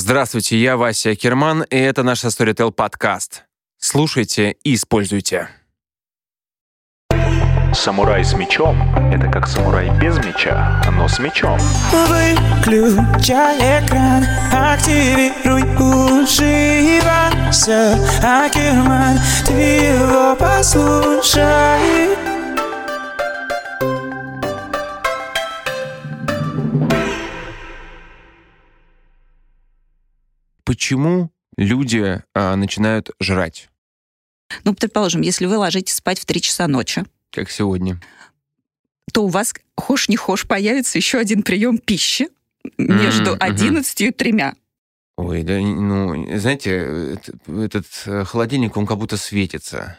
Здравствуйте, я Вася Акерман, и это наш Storytel подкаст. Слушайте и используйте. Самурай с мечом — это как самурай без меча, но с мечом. Выключай экран, активируй уши, Вася Акерман, ты его послушай. Почему люди начинают жрать? Ну, предположим, если вы ложитесь спать в 3 часа ночи, Как сегодня. то у вас, хошь не хошь, появится еще один прием пищи между 11 и 3. Ой, да, ну, знаете, этот холодильник, он как будто светится.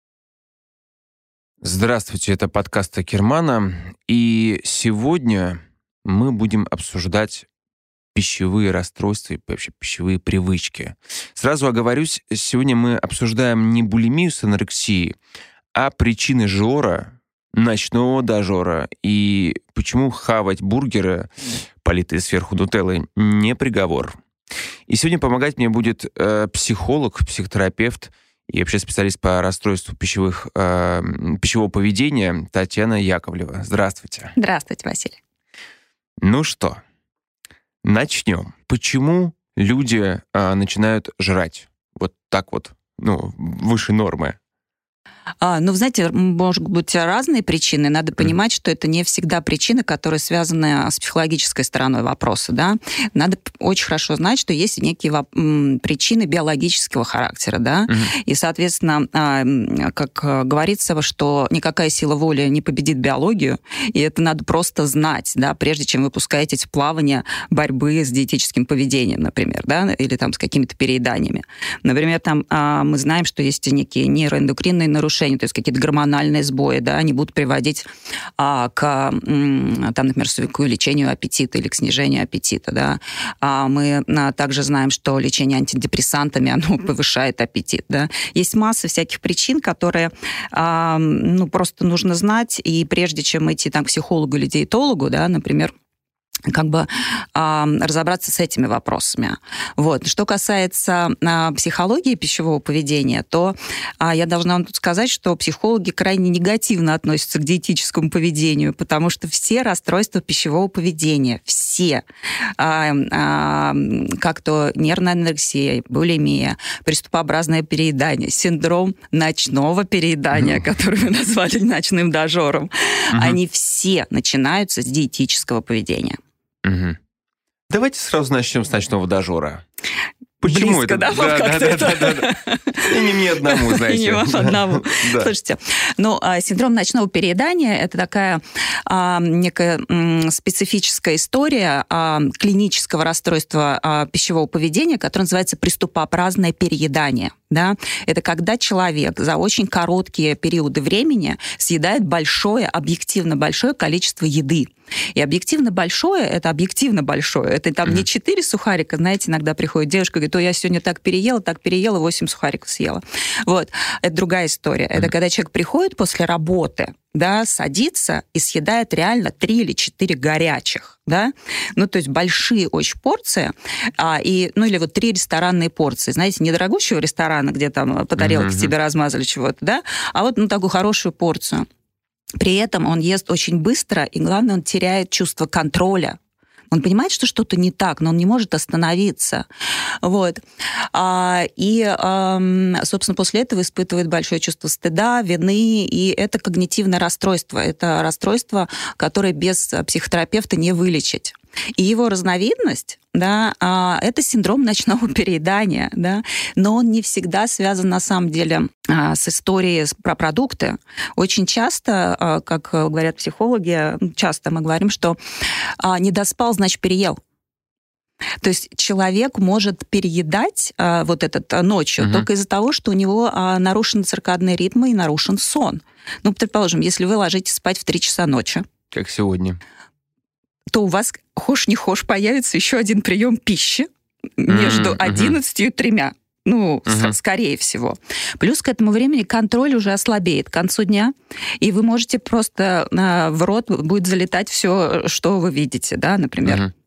Здравствуйте, это подкаст Акермана, и сегодня мы будем обсуждать пищевые расстройства и вообще пищевые привычки. Сразу оговорюсь, сегодня мы обсуждаем не булимию с анорексией, а причины жора, ночного дожора, и почему хавать бургеры, политые сверху нутеллой, не приговор. И сегодня помогать мне будет психолог, психотерапевт и вообще специалист по расстройству пищевого поведения Татьяна Яковлева. Здравствуйте. Здравствуйте, Василий. Ну что, начнем. Почему люди начинают жрать вот так вот, выше нормы? Ну, знаете, может быть разные причины. Надо понимать, что это не всегда причины, которые связаны с психологической стороной вопроса. Да? Надо очень хорошо знать, что есть некие причины биологического характера. Да? И, соответственно, как говорится, что никакая сила воли не победит биологию, и это надо просто знать, да, прежде чем вы пускаетесь в плавание борьбы с диетическим поведением, например, да, или там с какими-то перееданиями. Например, там мы знаем, что есть некие нейроэндокринные нарушения, то есть какие-то гормональные сбои, да, они будут приводить к, там, например, к увеличению аппетита или к снижению аппетита. Да. Мы также знаем, что лечение антидепрессантами, оно повышает аппетит. Да. Есть масса всяких причин, которые просто нужно знать, и прежде чем идти там, к психологу или диетологу, да, например, разобраться с этими вопросами. Вот. Что касается психологии пищевого поведения, то я должна вам тут сказать, что психологи крайне негативно относятся к диетическому поведению, потому что все расстройства пищевого поведения, все, как то нервная анорексия, булимия, приступообразное переедание, синдром ночного переедания, который вы назвали ночным дожором, они все начинаются с диетического поведения. Давайте сразу начнем с ночного дожора. Почему Близко, это? Да. И не мне одному, знаете. И не вам одному. Слушайте, синдром ночного переедания – это такая некая специфическая история клинического расстройства пищевого поведения, которое называется приступообразное переедание. Да? Это когда человек за очень короткие периоды времени съедает объективно большое количество еды. И объективно большое – это там не 4 сухарика, знаете, иногда приходит девушка и говорит: я сегодня так переела, 8 сухариков съела. Вот. Это другая история. Это когда человек приходит после работы, да, садится и съедает реально 3 или 4 горячих, да, то есть большие очень порции, или вот 3 ресторанные порции, знаете, не дорогущего ресторана, где там по тарелке тебе размазали чего-то, да, а вот такую хорошую порцию. При этом он ест очень быстро, и главное, он теряет чувство контроля. Он понимает, что что-то не так, но он не может остановиться. Вот. Собственно, после этого испытывает большое чувство стыда, вины, и это когнитивное расстройство. Это расстройство, которое без психотерапевта не вылечить. И его разновидность, да, это синдром ночного переедания, да, но он не всегда связан на самом деле с историей про продукты. Очень часто, как говорят психологи, часто мы говорим, что не доспал, значит, переел. То есть человек может переедать ночью только из-за того, что у него нарушены циркадные ритмы и нарушен сон. Предположим, если вы ложитесь спать в 3 часа ночи, как сегодня, то у вас, хошь не хошь, появится еще один прием пищи между 11 и 3. Скорее всего. Плюс к этому времени контроль уже ослабеет к концу дня, и вы можете просто в рот будет залетать все, что вы видите, да, например.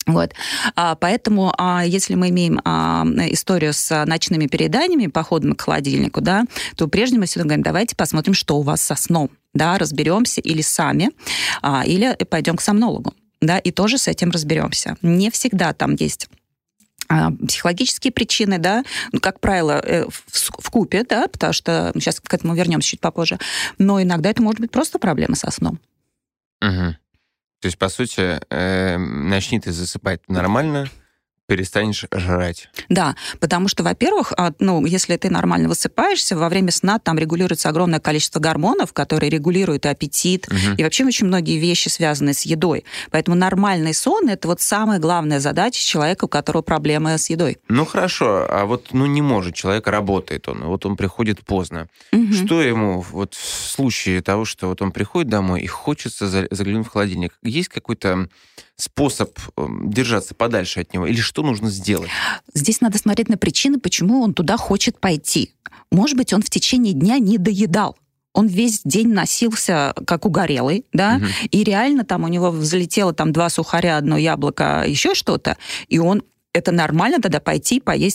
Вот. Поэтому, если мы имеем историю с ночными перееданиями, походом к холодильнику, да, то прежде мы всегда говорим, давайте посмотрим, что у вас со сном. Да, разберемся или сами, или пойдем к сомнологу. Да, и тоже с этим разберемся. Не всегда там есть психологические причины, да, ну, как правило, вкупе, да, потому что сейчас к этому вернемся чуть попозже, но иногда это может быть просто проблема со сном. Угу. То есть, по сути, начни ты засыпать нормально, перестанешь жрать. Да, потому что, во-первых, если ты нормально высыпаешься, во время сна там регулируется огромное количество гормонов, которые регулируют и аппетит, и вообще очень многие вещи, связанные с едой. Поэтому нормальный сон — это вот самая главная задача человека, у которого проблемы с едой. Ну, хорошо, а вот не может человек, работает он приходит поздно. Что ему вот в случае того, что вот он приходит домой и хочется заглянуть в холодильник, есть какой-то способ держаться подальше от него? Или что нужно сделать? Здесь надо смотреть на причины, почему он туда хочет пойти. Может быть, он в течение дня не доедал. Он весь день носился как угорелый, да, и реально там у него взлетело там 2 сухаря, 1 яблоко, еще что-то, и это нормально тогда пойти поесть,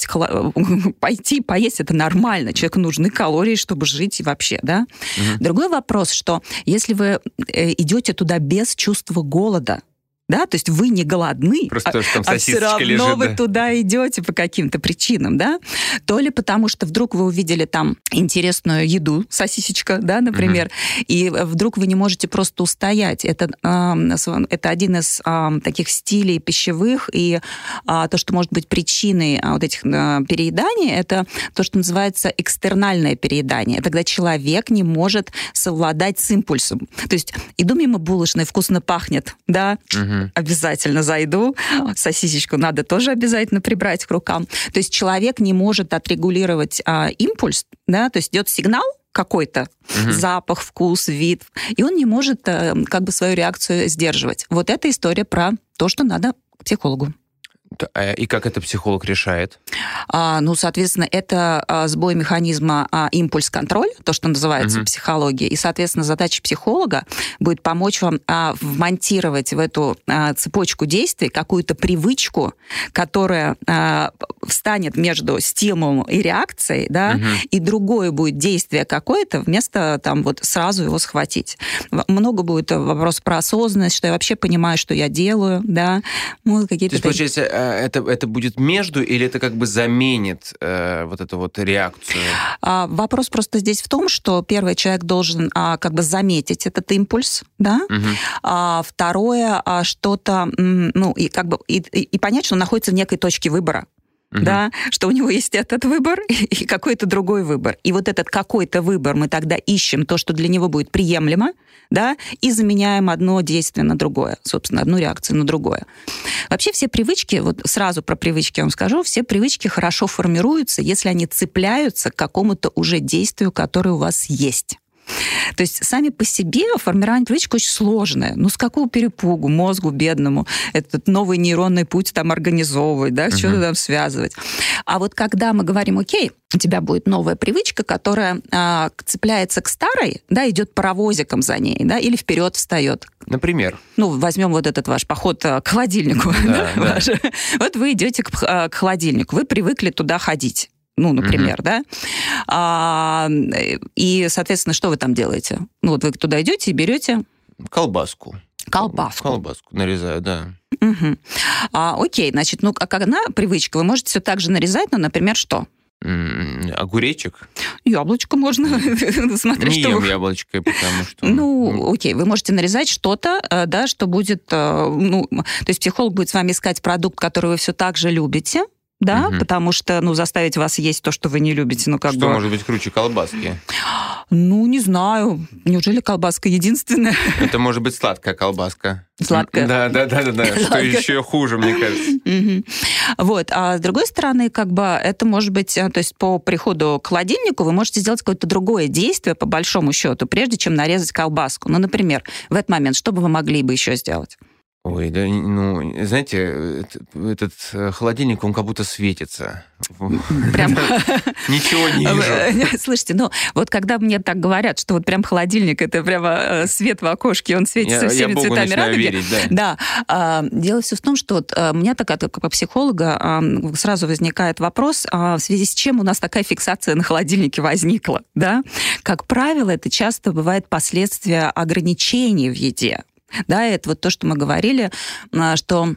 это нормально. Человеку нужны калории, чтобы жить и вообще, да. Другой вопрос, что если вы идете туда без чувства голода, да, то есть вы не голодны, просто там все равно лежит, вы туда идете по каким-то причинам, да, то ли потому, что вдруг вы увидели там интересную еду, сосисечка, да, например, и вдруг вы не можете просто устоять. Это один из таких стилей пищевых, и то, что может быть причиной вот этих перееданий, это то, что называется экстернальное переедание. Это когда человек не может совладать с импульсом. То есть иду мимо булочной, вкусно пахнет, да, обязательно зайду. Сосисечку надо тоже обязательно прибрать к рукам. То есть человек не может отрегулировать импульс, да, то есть идет сигнал какой-то, запах, вкус, вид, и он не может как бы свою реакцию сдерживать. Вот эта история про то, что надо к психологу. И как это психолог решает? Соответственно, это сбой механизма импульс-контроль, то, что называется психологией. И, соответственно, задача психолога будет помочь вам вмонтировать в эту цепочку действий какую-то привычку, которая встанет между стимулом и реакцией, да, и другое будет действие какое-то, вместо там вот сразу его схватить. Много будет вопросов про осознанность, что я вообще понимаю, что я делаю, да. То Какие-то есть, получается, это будет между, или это как бы заменит вот эту вот реакцию? Вопрос просто здесь в том, что первый человек должен как бы заметить этот импульс, да, второе, что-то, и понять, что он находится в некой точке выбора. Да, что у него есть этот выбор и какой-то другой выбор. И вот этот какой-то выбор мы тогда ищем то, что для него будет приемлемо, да, и заменяем одно действие на другое, собственно, одну реакцию на другое. Вообще все привычки, вот сразу про привычки я вам скажу, все привычки хорошо формируются, если они цепляются к какому-то уже действию, которое у вас есть. То есть сами по себе формирование привычки очень сложное. С какого перепугу мозгу бедному этот новый нейронный путь там организовывать, да, что-то там связывать. А вот когда мы говорим, окей, у тебя будет новая привычка, которая цепляется к старой, да, идет паровозиком за ней, да, или вперед встает. Например? Возьмем вот этот ваш поход к холодильнику. Да. Вот вы идете к холодильнику, вы привыкли туда ходить. Например, да? И, соответственно, что вы там делаете? Вы туда идете и берете... Колбаску нарезаю, да. Окей, значит, как одна привычка, вы можете все так же нарезать, например, что? Огуречек? Яблочко можно. Смотри, не ем яблочко, потому что... Окей, вы можете нарезать что-то, да, что будет... То есть психолог будет с вами искать продукт, который вы все так же любите, да, потому что, заставить вас есть то, что вы не любите, Что может быть круче колбаски? Не знаю. Неужели колбаска единственная? Это может быть сладкая колбаска. Сладкая? Да. Что еще хуже, мне кажется. Вот. А с другой стороны, это может быть... То есть по приходу к холодильнику вы можете сделать какое-то другое действие, по большому счету, прежде чем нарезать колбаску. Например, в этот момент, что бы вы могли бы еще сделать? Ой, да, ну, знаете, этот холодильник, он как будто светится. Прям... Ничего не вижу. Слушайте, ну, вот когда мне так говорят, что вот прям холодильник, это прямо свет в окошке, он светится всеми цветами радуги. Верить, да. Да. Дело все в том, что вот у меня такая, как психолога, сразу возникает вопрос, в связи с чем у нас такая фиксация на холодильнике возникла, да? Как правило, это часто бывает последствия ограничений в еде. Да, это вот то, что мы говорили, что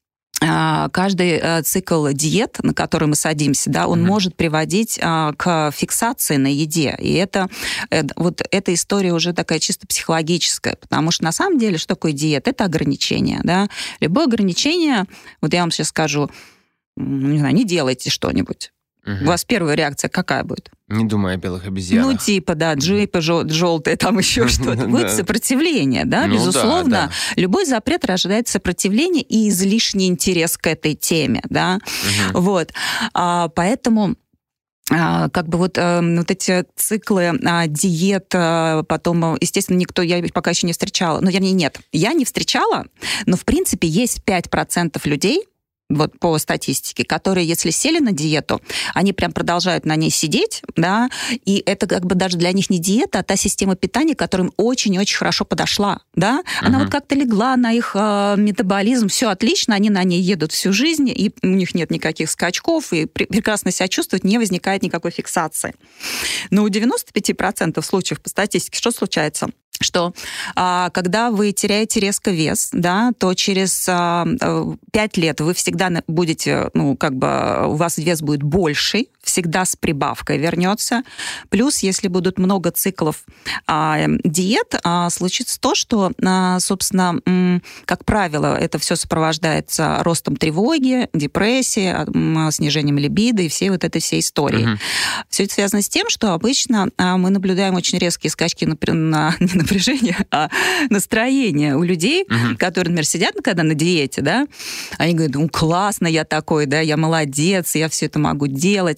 каждый цикл диет, на который мы садимся, да, он может приводить к фиксации на еде. И вот эта история уже такая чисто психологическая, потому что на самом деле что такое диета? Это ограничение. Да? Любое ограничение, вот я вам сейчас скажу, не знаю, не делайте что-нибудь. У вас первая реакция какая будет? Не думаю о белых обезьянах. Ну, типа, да, джипы желтые, там еще что-то. Будет сопротивление, да, безусловно. Любой запрет рождает сопротивление и излишний интерес к этой теме, да. Вот. Поэтому... как бы вот эти циклы диет, потом, естественно, я пока еще не встречала, вернее, нет, я не встречала, но, в принципе, есть 5% людей, вот по статистике, которые, если сели на диету, они прям продолжают на ней сидеть, да, и это как бы даже для них не диета, а та система питания, которая им очень-очень хорошо подошла, да. Она вот как-то легла на их метаболизм, все отлично, они на ней едут всю жизнь, и у них нет никаких скачков, и прекрасно себя чувствуют, не возникает никакой фиксации. Но у 95% случаев по статистике что случается? Что когда вы теряете резко вес, да, то через 5 лет вы всегда будете, у вас вес будет больший, всегда с прибавкой вернется. Плюс, если будут много циклов диет, случится то, что, собственно, как правило, это все сопровождается ростом тревоги, депрессией, снижением либидо и всей вот этой всей истории. Все это связано с тем, что обычно мы наблюдаем очень резкие скачки не напряжения, а настроения у людей, которые, например, сидят когда на диете, да, они говорят, классно, я такой, да, я молодец, я все это могу делать.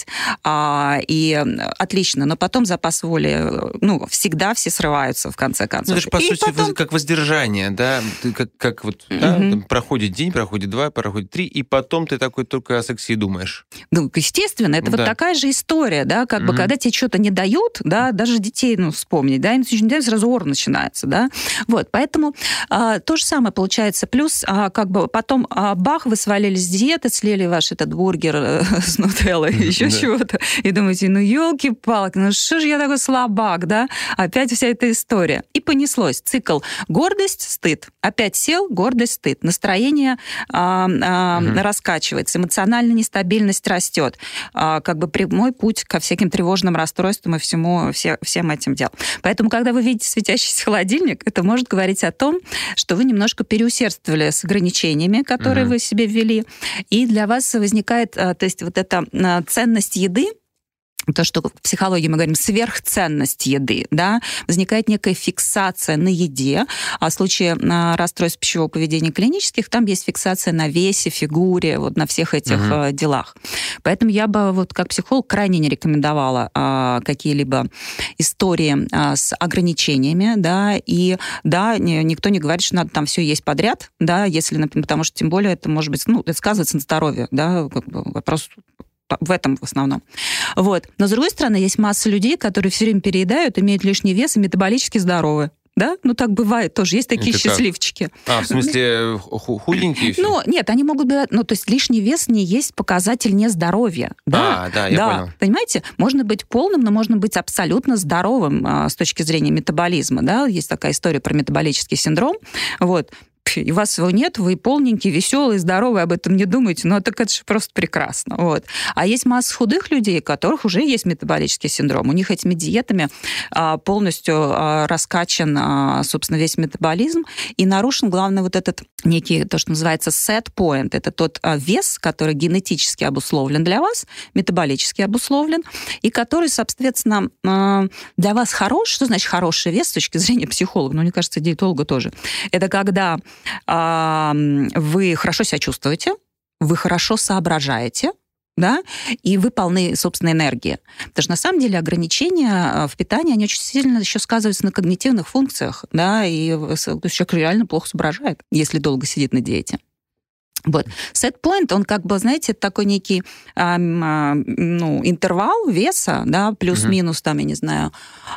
И отлично, но потом запас воли, всегда все срываются в конце концов. Это же, по сути, как воздержание, да? Ты как вот, да, проходит день, проходит 2, проходит 3, и потом ты такой только о сексе и думаешь. Ну, естественно, это вот такая же история, да, как бы, когда тебе что-то не дают, да, даже детей, вспомнить, да, им сразу ор начинается, да, вот, поэтому то же самое получается, плюс, как бы, потом, бах, вы свалились с диеты, слили ваш этот бургер с нутеллой, еще чего-то, и думаете, елки-палки, что же я такой слабак, да, опять вся эта история. И понеслось. Цикл гордость, стыд. Опять сел, гордость, стыд. Настроение раскачивается, эмоциональная нестабильность растет. Как бы прямой путь ко всяким тревожным расстройствам и всем этим делам. Поэтому, когда вы видите светящийся холодильник, это может говорить о том, что вы немножко переусердствовали с ограничениями, которые вы себе ввели, и для вас возникает, то есть вот эта ценность еды, то, что в психологии мы говорим сверхценность еды, да, возникает некая фиксация на еде, а в случае расстройств пищевого поведения клинических, там есть фиксация на весе, фигуре, вот на всех этих делах. Поэтому я бы вот как психолог крайне не рекомендовала какие-либо истории с ограничениями, да, и да, никто не говорит, что надо там все есть подряд, да, если, например, потому что тем более это может быть, это сказывается на здоровье, да, как бы вопрос в этом в основном. Вот. Но, с другой стороны, есть масса людей, которые все время переедают, имеют лишний вес и метаболически здоровы. Да? Так бывает тоже. Есть такие счастливчики. В смысле худенькие? Нет, они могут быть... то есть лишний вес не есть показатель нездоровья. Да, я понял. Понимаете? Можно быть полным, но можно быть абсолютно здоровым с точки зрения метаболизма. Да? Есть такая история про метаболический синдром. Вот. И у вас его нет, вы полненький, веселый, здоровый, об этом не думаете, так это же просто прекрасно. Вот. А есть масса худых людей, у которых уже есть метаболический синдром. У них этими диетами полностью раскачан, собственно, весь метаболизм, и нарушен, главное, вот этот некий, то, что называется set point. Это тот вес, который генетически обусловлен для вас, метаболически обусловлен, и который, соответственно, для вас хорош. Что значит хороший вес с точки зрения психолога? Мне кажется, диетолога тоже. Это когда вы хорошо себя чувствуете, вы хорошо соображаете, да, и вы полны собственной энергии. Потому что на самом деле ограничения в питании, они очень сильно еще сказываются на когнитивных функциях, да, и человек реально плохо соображает, если долго сидит на диете. Вот. Set point, он как бы, знаете, такой некий интервал веса, да, плюс-минус, там, я не знаю,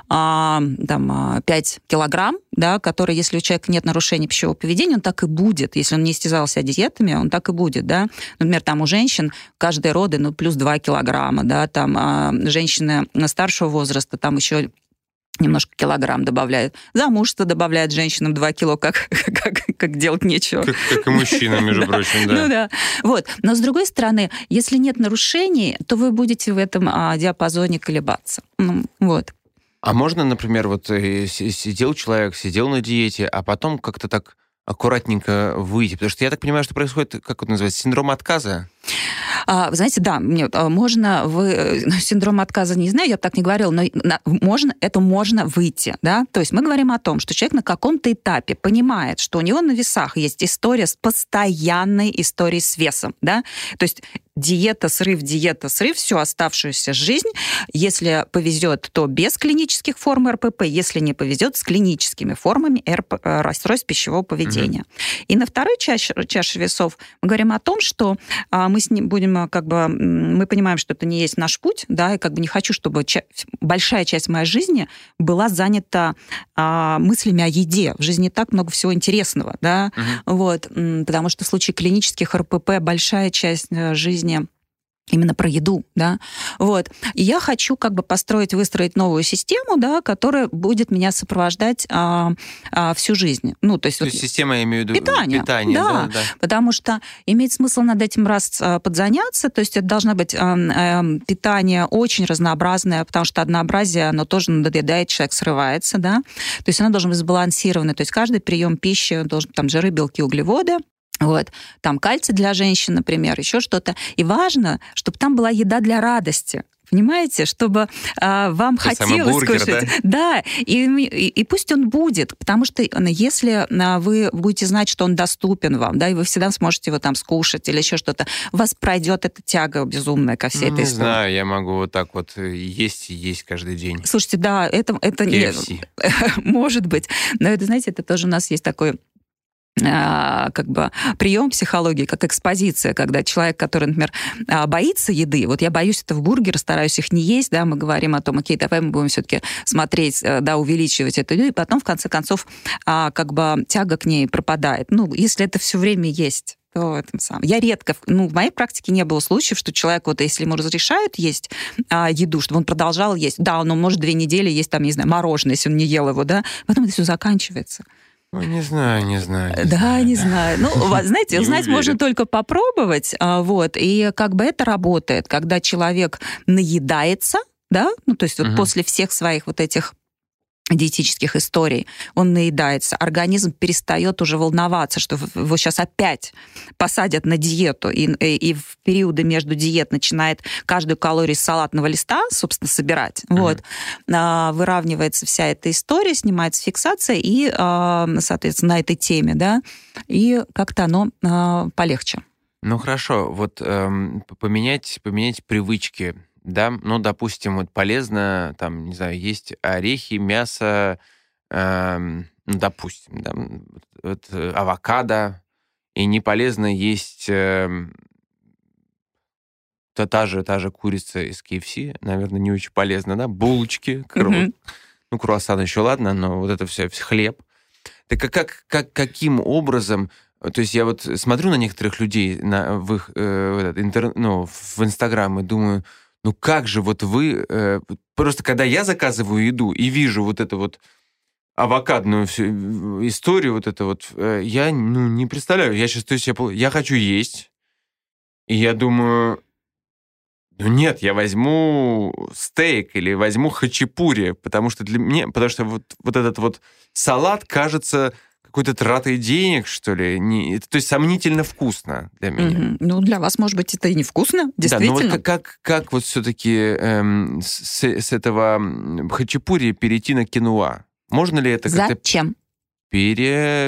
5 килограмм, да, который, если у человека нет нарушений пищевого поведения, он так и будет. Если он не истязался диетами, он так и будет, да. Например, там у женщин каждые роды, плюс 2 килограмма, да, там женщины старшего возраста, там еще немножко килограмм добавляют. Замужество добавляет женщинам 2 кило, как делать нечего. Как и мужчинам, между прочим, да. Ну да. Вот. Но, с другой стороны, если нет нарушений, то вы будете в этом диапазоне колебаться. Вот. А можно, например, вот сидел человек, сидел на диете, а потом как-то так аккуратненько выйти? Потому что я так понимаю, что происходит, как это называется, синдром отказа? Вы знаете, да, можно, синдром отказа не знаю, я бы так не говорила, но можно выйти, да, то есть мы говорим о том, что человек на каком-то этапе понимает, что у него на весах есть история с постоянной историей с весом, да, то есть диета, срыв, всю оставшуюся жизнь, если повезет, то без клинических форм РПП, если не повезет, с клиническими формами расстройств пищевого поведения. И на второй чаше весов мы говорим о том, что мы с ним будем, мы понимаем, что это не есть наш путь, да, и не хочу, чтобы большая часть моей жизни была занята мыслями о еде. В жизни так много всего интересного, да, вот, потому что в случае клинических РПП большая часть жизни именно про еду, да, вот. И я хочу выстроить новую систему, да, которая будет меня сопровождать всю жизнь. То есть система, я имею в виду, питание, да, потому что имеет смысл над этим подзаняться, то есть это должно быть питание очень разнообразное, потому что однообразие, оно тоже надоедает, человек срывается, да, то есть оно должно быть сбалансировано, то есть каждый прием пищи должен быть жиры, белки, углеводы, вот, там кальций для женщин, например, еще что-то. И важно, чтобы там была еда для радости. Понимаете, чтобы вам хотелось кушать. Да, и пусть он будет, потому что если вы будете знать, что он доступен вам, да, и вы всегда сможете его там скушать или еще что-то, у вас пройдет эта тяга безумная ко всей этой истории. Не знаю, я могу вот так вот есть и есть каждый день. Слушайте, да, это не... Может быть. Но это, знаете, это тоже у нас есть такой прием психологии, как экспозиция, когда человек, который, например, боится еды, вот я боюсь этого бургера, стараюсь их не есть, да, мы говорим о том, окей, давай мы будем все-таки смотреть, да, увеличивать эту еду, и потом, в конце концов, тяга к ней пропадает. Если это все время есть, то это самое. Я редко, в моей практике не было случаев, что человек, если ему разрешают есть еду, чтобы он продолжал есть. Да, он может 2 недели есть, там, не знаю, мороженое, если он не ел его, да, потом это все заканчивается. Не знаю. Да, не знаю. Знаете, узнать можно только попробовать, вот, и это работает, когда человек наедается, да, то есть после всех своих этих диетических историй, он наедается, организм перестает уже волноваться, что его сейчас опять посадят на диету, и в периоды между диет начинает каждую калорию с салатного листа, собственно, собирать. Вот. Выравнивается вся эта история, снимается фиксация, и, соответственно, на этой теме, да, и как-то оно полегче. Хорошо, поменять привычки. Да, допустим, полезно, там, не знаю, есть орехи, мясо, допустим, да, авокадо, и не полезно есть та же курица из KFC, наверное, не очень полезно, да, булочки, круассан еще ладно, но это все хлеб. Так каким образом... То есть я смотрю на некоторых людей в Инстаграм и думаю... как же вы... Просто когда я заказываю еду и вижу эту авокадную всю историю, я не представляю. Я хочу есть, и я думаю, нет, я возьму стейк или возьму хачапури, потому что этот салат кажется... какой-то тратой денег, что ли? То есть сомнительно вкусно для меня. Для вас, может быть, это и невкусно, действительно. Да, но как все-таки с этого хачапури перейти на киноа? Можно ли это как-то... Зачем?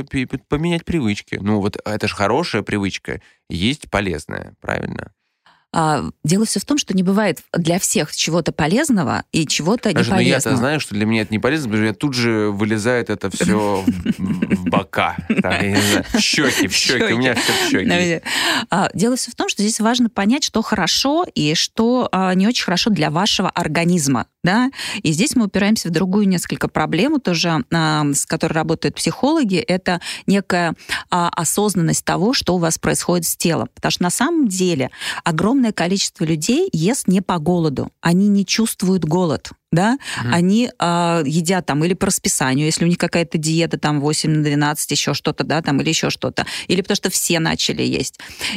Поменять привычки. Это же хорошая привычка, есть полезная, правильно? Дело все в том, что не бывает для всех чего-то полезного и чего-то Даже, неполезного. но я-то знаю, что для меня это не полезно, потому что тут же вылезает это все в бока. Я не знаю, в щеки. У меня все в щеки. Дело все в том, что здесь важно понять, что хорошо и что не очень хорошо для вашего организма. Да? И здесь мы упираемся в другую несколько проблему тоже, с которой работают психологи. Это некая осознанность того, что у вас происходит с телом. Потому что на самом деле огромное количество людей ест не по голоду. Они не чувствуют голод. Да? Они едят там или по расписанию, если у них какая-то диета там 8 на 12, еще что-то, да, там, или еще что-то. Или потому что все начали есть.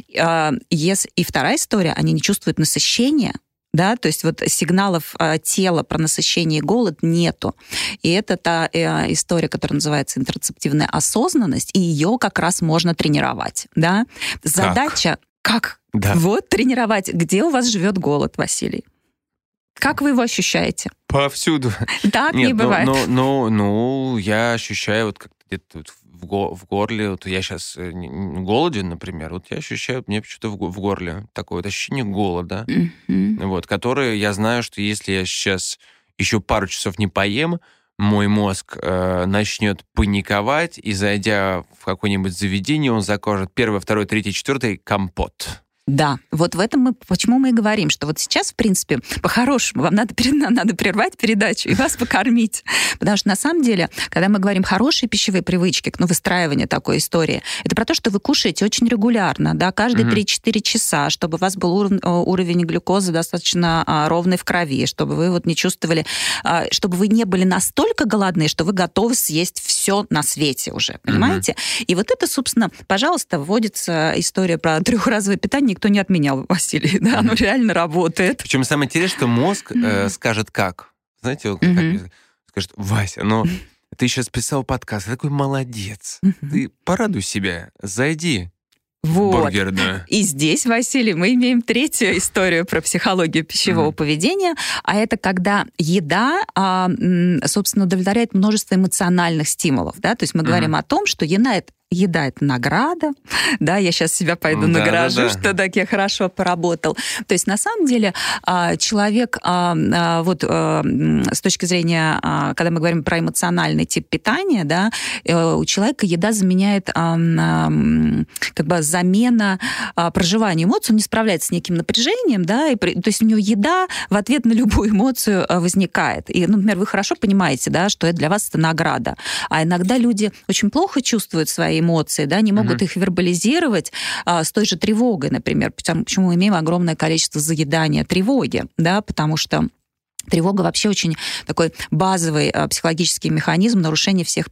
И вторая история, они не чувствуют насыщения. Да, то есть вот сигналов тела про насыщение и голод нету. И это та история, которая называется интерцептивная осознанность, и ее как раз можно тренировать. Да? Задача как? Да. Вот тренировать. Где у вас живет голод, Василий? Как вы его ощущаете? Повсюду. Так не бывает. Ну, я ощущаю вот как-то где-то в горле. Вот я сейчас голоден, например. Вот я ощущаю, мне почему-то в горле такое вот ощущение голода. Вот, которое я знаю, что если я сейчас еще пару часов не поем, мой мозг начнет паниковать, и, зайдя в какое-нибудь заведение, он закажет 1, 2, 3, 4 компот. Да, вот в этом почему мы и говорим, что вот сейчас, в принципе, по-хорошему вам надо прервать передачу и вас покормить. Потому что на самом деле, когда мы говорим хорошие пищевые привычки, выстраивание такой истории, это про то, что вы кушаете очень регулярно, да, каждые 3-4 часа, чтобы у вас был уровень глюкозы достаточно ровный в крови, чтобы вы вот не чувствовали, чтобы вы не были настолько голодны, что вы готовы съесть все на свете уже, понимаете? И вот это, собственно, пожалуйста, вводится история про трехразовое питание, никто не отменял, Василий, да, оно реально работает. Причем самое интересное, что мозг скажет как. Знаете, он скажет: Вася, ты сейчас писал подкаст, ты такой молодец, ты порадуй себя, зайди в бургерную. И здесь, Василий, мы имеем третью историю про психологию пищевого поведения, а это когда еда, собственно, удовлетворяет множество эмоциональных стимулов, да, то есть мы говорим о том, что еда — это награда, да, я сейчас себя пойду награжу, что так я хорошо поработал. То есть на самом деле человек, вот с точки зрения, когда мы говорим про эмоциональный тип питания, да, у человека еда заменяет как бы замена проживания эмоций, он не справляется с неким напряжением, да, то есть у него еда в ответ на любую эмоцию возникает. И, например, вы хорошо понимаете, да, что это для вас это награда. А иногда люди очень плохо чувствуют свои эмоции, да, не могут их вербализировать с той же тревогой, например. Почему мы имеем огромное количество заедания тревоги, да, потому что тревога вообще очень такой базовый психологический механизм нарушения всех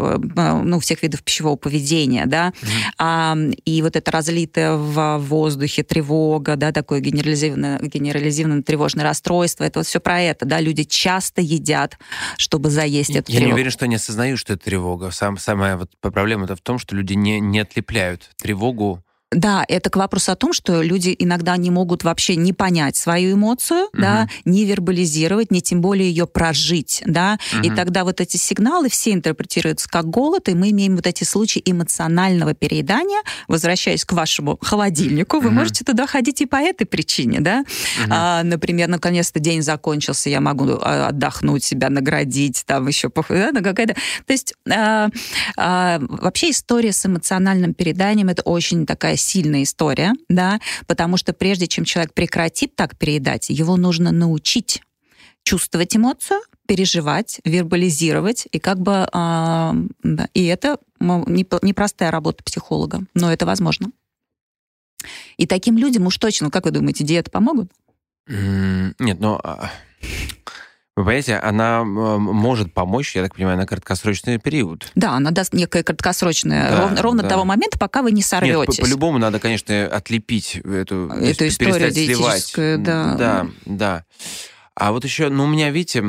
видов пищевого поведения, да. И вот это разлитое в воздухе тревога, да, такое генерализированное тревожное расстройство, это вот все про это, да. Люди часто едят, чтобы заесть эту тревогу. Я не уверен, что они осознают, что это тревога. Самая вот проблема-то в том, что люди не отлепляют тревогу. Да, это к вопросу о том, что люди иногда не могут вообще не понять свою эмоцию, да, не вербализировать, не тем более ее прожить, да, и тогда вот эти сигналы все интерпретируются как голод, и мы имеем вот эти случаи эмоционального переедания. Возвращаясь к вашему холодильнику, вы можете туда ходить и по этой причине, да. Например, наконец-то день закончился, я могу отдохнуть, себя наградить, там еще какая-то... То есть вообще история с эмоциональным перееданием — это очень такая сильная история, да, потому что прежде чем человек прекратит так переедать, его нужно научить чувствовать эмоцию, переживать, вербализировать, и как бы и это непростая работа психолога, но это возможно. И таким людям уж точно, как вы думаете, диеты помогут? Нет, вы понимаете, она может помочь, я так понимаю, на краткосрочный период. Да, она даст некое краткосрочное, ровно до того момента, пока вы не сорветесь. Нет, по-любому надо, конечно, отлепить эту историю диетическую. Да. А вот еще, у меня, видите,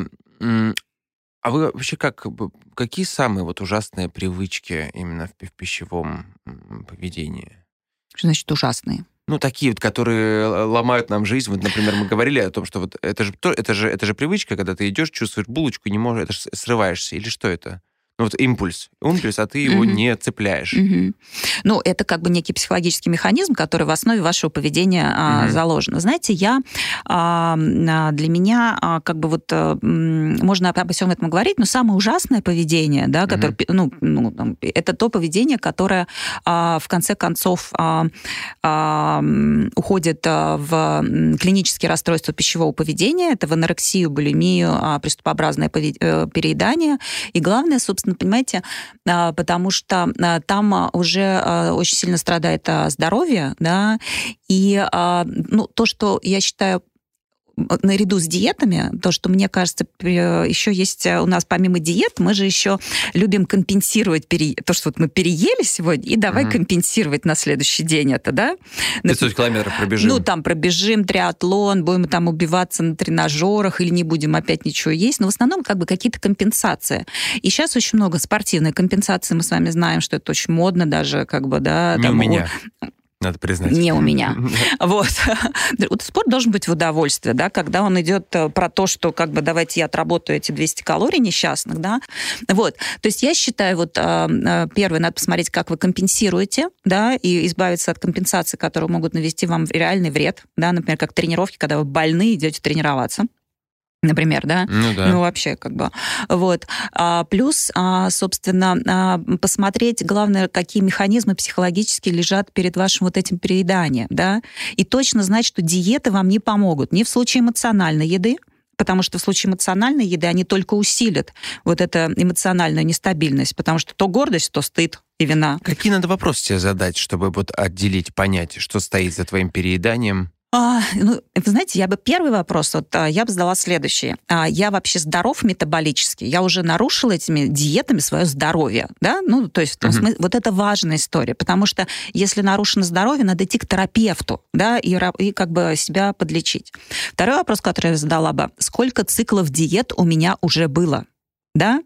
а вы вообще какие самые вот ужасные привычки именно в пищевом поведении? Что значит ужасные? Такие вот, которые ломают нам жизнь. Вот, например, мы говорили о том, что вот это же привычка, когда ты идешь, чувствуешь булочку и не можешь, это же срываешься. Или что это? Ну, вот импульс, а ты его не цепляешь. Ну, это как бы некий психологический механизм, который в основе вашего поведения заложен. Знаете, для меня как бы вот можно обо всем этом говорить, но самое ужасное поведение, да, которое, это то поведение, которое в конце концов уходит в клинические расстройства пищевого поведения, это в анорексию, булимию, приступообразное переедание. И главное, собственно, понимаете, потому что там уже очень сильно страдает здоровье, да, и то, что я считаю наряду с диетами, то, что, мне кажется, еще есть у нас помимо диет, мы же еще любим компенсировать то, что вот мы переели сегодня, и давай компенсировать на следующий день это, да? 500 километров пробежим. Ну, там пробежим триатлон, будем там убиваться на тренажерах или не будем опять ничего есть, но в основном как бы какие-то компенсации. И сейчас очень много спортивной компенсации, мы с вами знаем, что это очень модно даже, как бы, да. Не там, у меня. Надо признать. Не у меня. Вот. Спорт должен быть в удовольствие, да, когда он идет про то, что как бы давайте я отработаю эти 200 калорий несчастных, да. Вот. То есть я считаю, вот первое, надо посмотреть, как вы компенсируете, да, и избавиться от компенсаций, которые могут навести вам реальный вред, да, например, как тренировки, когда вы больны, идете тренироваться. Например, да? Ну, вообще, как бы. Вот. Плюс, собственно, посмотреть, главное, какие механизмы психологические лежат перед вашим вот этим перееданием, да? И точно знать, что диеты вам не помогут ни в случае эмоциональной еды, потому что в случае эмоциональной еды они только усилят вот эту эмоциональную нестабильность, потому что то гордость, то стыд и вина. Какие надо вопросы себе задать, чтобы вот отделить, понять, что стоит за твоим перееданием? Вы знаете, я бы первый вопрос, я бы задала следующий. Я вообще здоров метаболически? Я уже нарушила этими диетами свое здоровье, да? Ну, то есть вот это важная история, потому что если нарушено здоровье, надо идти к терапевту, да, и как бы себя подлечить. Второй вопрос, который я задала бы, сколько циклов диет у меня уже было, да?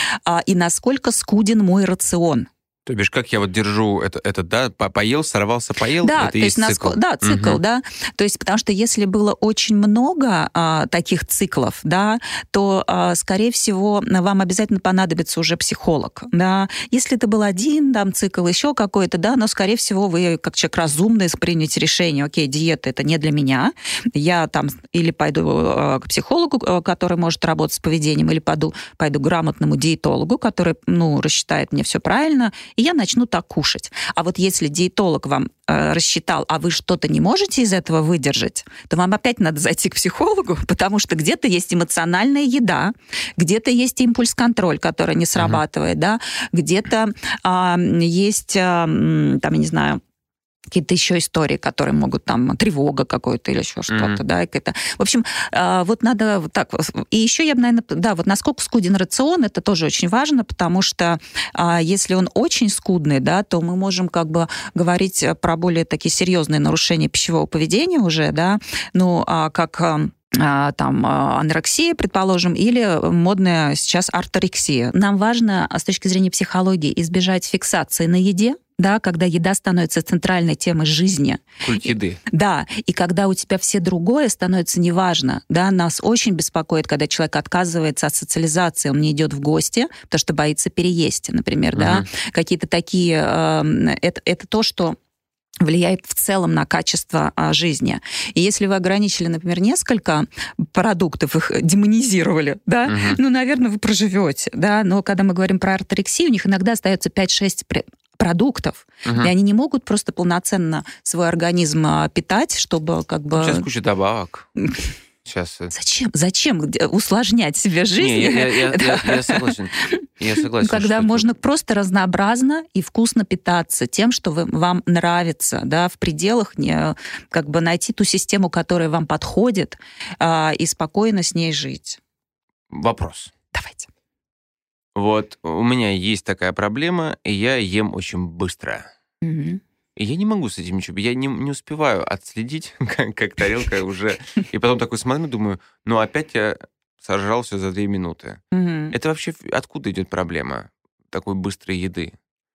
И насколько скуден мой рацион? То бишь, как я вот держу это, да, поел, сорвался, поел, да, это и есть цикл. Да, цикл, да. То есть, потому что если было очень много таких циклов, да, то, скорее всего, вам обязательно понадобится уже психолог, да. Если это был один там цикл, еще какой-то, да, но, скорее всего, вы, как человек разумный, примете решение, окей, диета — это не для меня, я там или пойду к психологу, который может работать с поведением, или пойду к грамотному диетологу, который, рассчитает мне все правильно, и я начну так кушать. А вот если диетолог вам рассчитал, а вы что-то не можете из этого выдержать, то вам опять надо зайти к психологу, потому что где-то есть эмоциональная еда, где-то есть импульс-контроль, который не срабатывает, да, где-то есть, там, я не знаю, какие-то еще истории, которые могут там тревога какой-то или еще что-то, да, какая-то. В общем, вот надо вот так. И еще я бы, наверное, да, вот насколько скуден рацион, это тоже очень важно, потому что если он очень скудный, да, то мы можем как бы говорить про более такие серьезные нарушения пищевого поведения уже, да, как там анорексия, предположим, или модная сейчас орторексия. Нам важно с точки зрения психологии избежать фиксации на еде, да, когда еда становится центральной темой жизни. Культ еды. Да, и когда у тебя все другое становится неважно. Да, нас очень беспокоит, когда человек отказывается от социализации, он не идет в гости, потому что боится переесть, например, да. Какие-то такие... Это то, что влияет в целом на качество жизни. И если вы ограничили, например, несколько продуктов, их демонизировали, да, наверное, вы проживете, да, но когда мы говорим про орторексию, у них иногда остается 5-6 продуктов, и они не могут просто полноценно свой организм питать, чтобы как бы... Сейчас куча добавок. Сейчас... Зачем усложнять себе жизнь? Я согласен. Когда можно просто разнообразно и вкусно питаться тем, что вам нравится, да, в пределах как бы найти ту систему, которая вам подходит, и спокойно с ней жить. Вопрос. Давайте. Вот у меня есть такая проблема, и я ем очень быстро. И я не могу с этим ничего, я не успеваю отследить, как тарелка уже... И потом такой смотрю, думаю, опять я сожрался за 2 минуты. Это вообще откуда идет проблема такой быстрой еды?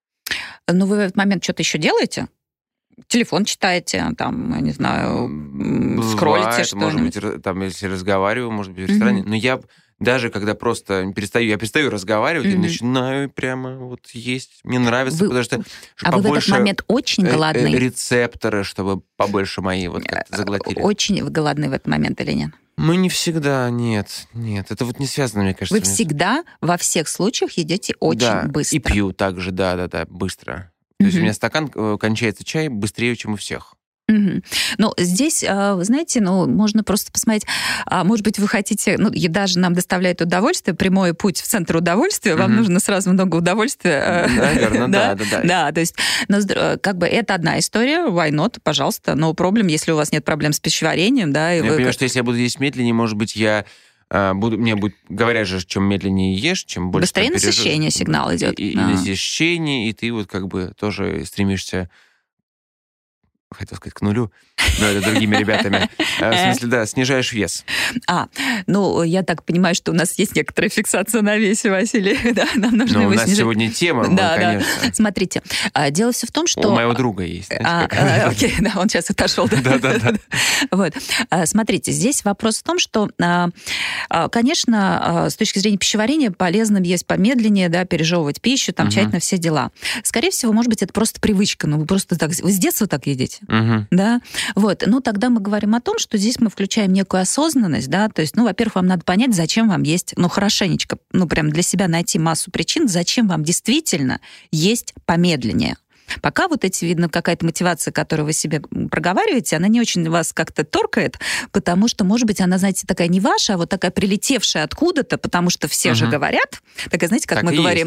Вы в этот момент что-то еще делаете? Телефон читаете, там, я не знаю, скроллите что-нибудь? Может быть, там, если разговариваю, может быть, в ресторане. Но я даже когда просто я перестаю разговаривать и начинаю прямо вот есть. Мне нравится, потому что вы в этот момент очень голодны? Рецепторы, чтобы побольше мои вот как-то заглотили. Очень голодны в этот момент или нет? Мы не всегда, нет. Это вот не связано, мне кажется. Вы всегда во всех случаях едите очень быстро. И пью также, да, быстро. То есть у меня стакан кончается чай быстрее, чем у всех. Ну, здесь, вы знаете, можно просто посмотреть, может быть, вы хотите, еда же нам доставляет удовольствие, прямой путь в центр удовольствия, вам нужно сразу много удовольствия. Наверное, да. Да, то есть, как бы это одна история, why not, пожалуйста, no problem, если у вас нет проблем с пищеварением, да. Я понимаю, что если я буду есть медленнее, может быть, мне будет, говорят же, чем медленнее ешь, чем больше... Быстрее насыщение сигнал идет. И насыщение, и ты вот как бы тоже стремишься, хотел сказать, к нулю, но это другими ребятами. В смысле, да, снижаешь вес. Я так понимаю, что у нас есть некоторая фиксация на весе, Василий. Да, нам нужно его снижать. У нас сегодня тема, конечно. Смотрите, дело все в том, что... У моего друга есть. Окей, да, он сейчас отошел. Да. Вот. Смотрите, здесь вопрос в том, что, конечно, с точки зрения пищеварения полезно есть помедленнее, да, пережевывать пищу, там тщательно все дела. Скорее всего, может быть, это просто привычка, вы просто так... Вы с детства так едите? Да? Вот. Тогда мы говорим о том, что здесь мы включаем некую осознанность, да, то есть, во-первых, вам надо понять, зачем вам есть, хорошенечко, прям для себя найти массу причин, зачем вам действительно есть помедленнее. Пока вот видно, какая-то мотивация, которую вы себе проговариваете, она не очень вас как-то торкает, потому что, может быть, она, знаете, такая не ваша, а вот такая прилетевшая откуда-то, потому что все же говорят, такая, знаете, как так мы говорим,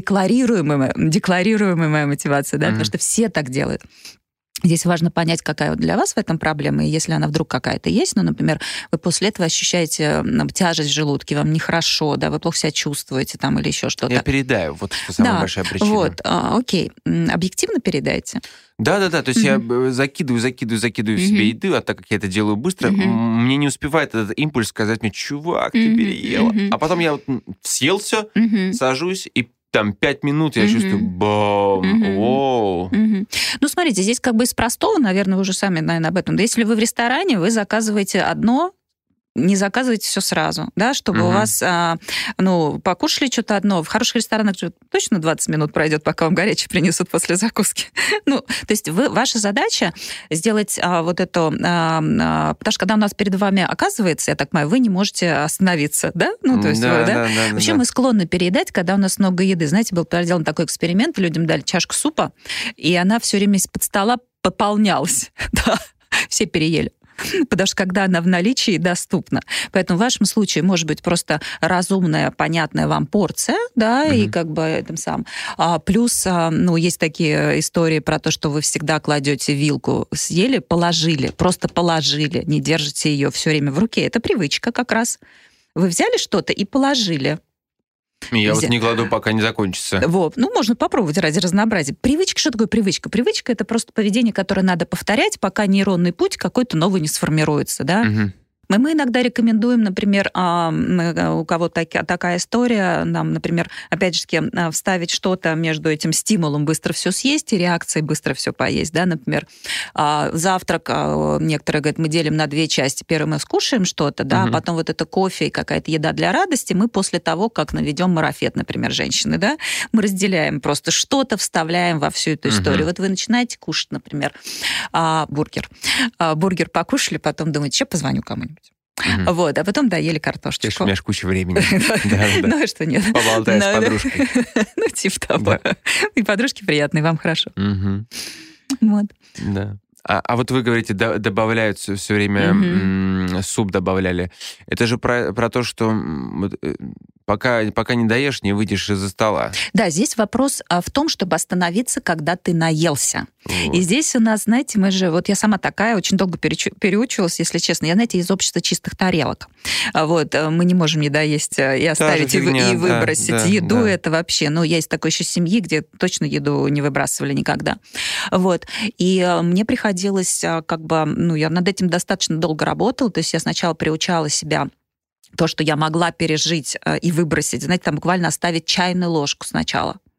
декларируемая мотивация, да, потому что все так делают. Здесь важно понять, какая для вас в этом проблема, и если она вдруг какая-то есть, например, вы после этого ощущаете тяжесть в желудке, вам нехорошо, да, вы плохо себя чувствуете там или еще что-то. Я передаю, вот что самая большая причина. Вот, окей. Объективно передаете? Да, то есть я закидываю себе еду, а так как я это делаю быстро, мне не успевает этот импульс сказать мне, чувак, ты переел. А потом я съел все, сажусь и там 5 минут я чувствую, бам, воу. Смотрите, здесь как бы из простого, наверное, вы уже сами, наверное, об этом. Да, если вы в ресторане, вы заказываете одно, не заказывайте все сразу, да, чтобы у вас, покушали что-то одно. В хороших ресторанах точно 20 минут пройдет, пока вам горячее принесут после закуски. То есть ваша задача сделать вот это, потому что когда у нас перед вами оказывается, я так понимаю, вы не можете остановиться, да? Вообще мы склонны переедать, когда у нас много еды. Знаете, был проделан такой эксперимент, людям дали чашку супа, и она все время из-под стола пополнялась. Да, все переели. Потому что когда она в наличии, доступна. Поэтому в вашем случае может быть просто разумная, понятная вам порция, да, и как бы этом самым. Плюс, есть такие истории про то, что вы всегда кладете вилку, съели, положили, просто положили, не держите ее все время в руке. Это привычка как раз. Вы взяли что-то и положили. Я вот не кладу, пока не закончится. Вот. Можно попробовать ради разнообразия. Привычка, что такое привычка? Привычка — это просто поведение, которое надо повторять, пока нейронный путь какой-то новый не сформируется, да? Мы иногда рекомендуем, например, у кого такая история, нам, например, опять же, вставить что-то между этим стимулом быстро все съесть и реакцией быстро все поесть. Да? Например, завтрак, некоторые говорят, мы делим на 2 части. Первым мы скушаем что-то, да, а потом вот это кофе и какая-то еда для радости, мы после того, как наведем марафет, например, женщины, да, мы разделяем просто что-то, вставляем во всю эту историю. Вот вы начинаете кушать, например, бургер. Бургер покушали, потом думаете, что позвоню кому-нибудь. Вот, а потом доели картошечку. У меня же куча времени. Ну, что нет. Поболтаю с подружкой. Типа того. И подружки приятные, вам хорошо. Вот. Да. А вот вы говорите, добавляют все время, суп добавляли. Это же про то, что пока не доешь, не выйдешь из-за стола. Да, здесь вопрос в том, чтобы остановиться, когда ты наелся. Вот. И здесь у нас, знаете, я сама такая, очень долго переучивалась, если честно. Я, знаете, из общества чистых тарелок. Вот, мы не можем не доесть и оставить, и выбросить еду. Да. Это вообще, я из такой еще семьи, где точно еду не выбрасывали никогда. Вот. И мне приходилось я над этим достаточно долго работала, то есть я сначала приучала себя то, что я могла пережить и выбросить, знаете, там буквально оставить чайную ложку сначала.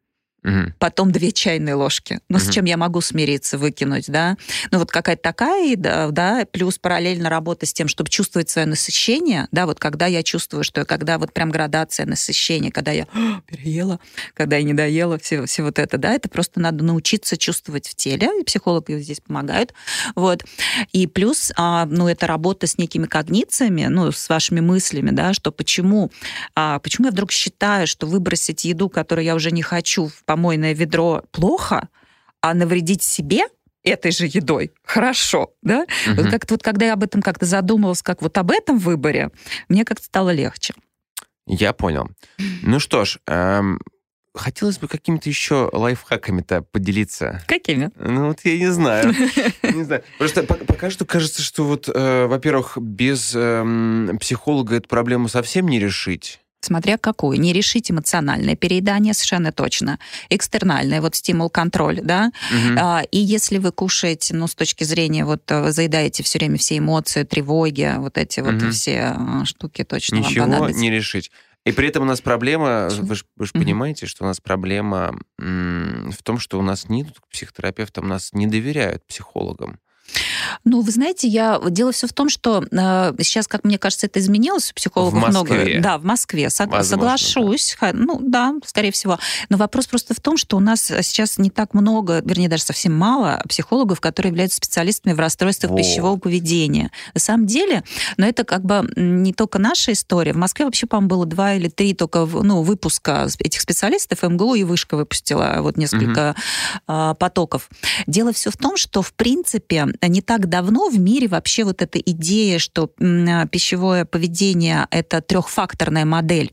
потом 2 чайные ложки. Ну, с чем я могу смириться, выкинуть, да? Ну, вот какая-то такая, да, плюс параллельно работа с тем, чтобы чувствовать свое насыщение, да, вот когда я чувствую, что когда вот прям градация насыщения, когда я переела, когда я не доела, все вот это, да, это просто надо научиться чувствовать в теле, и психологи здесь помогают, вот. И плюс, ну, это работа с некими когнициями, ну, с вашими мыслями, да, что почему я вдруг считаю, что выбросить еду, которую я уже не хочу, в помойное ведро плохо, а навредить себе этой же едой хорошо, да? Вот как-то вот когда я об этом как-то задумалась, как вот об этом выборе, мне как-то стало легче. Я понял. Ну что ж, хотелось бы какими-то еще лайфхаками-то поделиться. Какими? Ну вот я не знаю. Просто пока что кажется, что вот, во-первых, без психолога эту проблему совсем не решить. Смотря какую. Не решить эмоциональное переедание, совершенно точно. Экстернальное, вот стимул-контроль, да. И если вы кушаете, ну, с точки зрения, вот, заедаете все время все эмоции, тревоги, вот эти вот все штуки точно вам понадобятся. Ничего не решить. И при этом у нас проблема, вы же понимаете, что у нас проблема в том, что у нас не идут к психотерапевтам, нас не доверяют психологам. Ну, вы знаете, дело все в том, что сейчас, как мне кажется, это изменилось, у психологов много. Да, в Москве. Соглашусь. Да. Ну, да, скорее всего. Но вопрос просто в том, что у нас сейчас не так много, вернее, даже совсем мало психологов, которые являются специалистами в расстройствах пищевого поведения. На самом деле, но это как бы не только наша история. В Москве вообще, по-моему, было 2 или 3 только выпуска этих специалистов. МГУ и Вышка выпустила вот несколько потоков. Дело все в том, что, в принципе, не так давно в мире вообще вот эта идея, что пищевое поведение — это 3-факторная модель,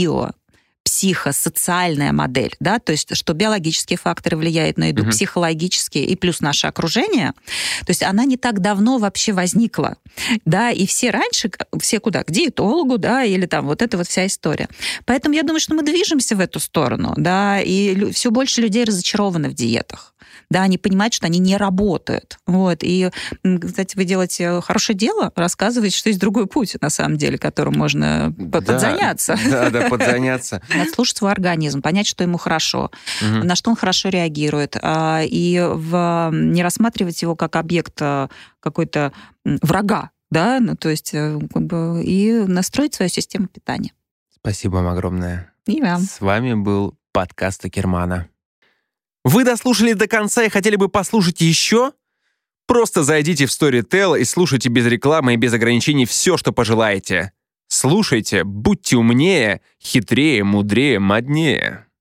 психосоциальная модель, да, то есть что биологические факторы влияют на еду, психологические и плюс наше окружение, то есть она не так давно вообще возникла, да, и все раньше, все куда? К диетологу, да, или там вот эта вот вся история. Поэтому я думаю, что мы движемся в эту сторону, да, и все больше людей разочарованы в диетах. Да, они понимают, что они не работают. Вот. И, кстати, вы делаете хорошее дело, рассказываете, что есть другой путь, на самом деле, которым можно подзаняться. Да, подзаняться. Надо слушать свой организм, понять, что ему хорошо, на что он хорошо реагирует, и не рассматривать его как объект какой-то врага, да, ну, то есть как бы, и настроить свою систему питания. Спасибо вам огромное. И вам. С вами был подкаст Акермана. Вы дослушали до конца и хотели бы послушать еще? Просто зайдите в Storytel и слушайте без рекламы и без ограничений все, что пожелаете. Слушайте, будьте умнее, хитрее, мудрее, моднее.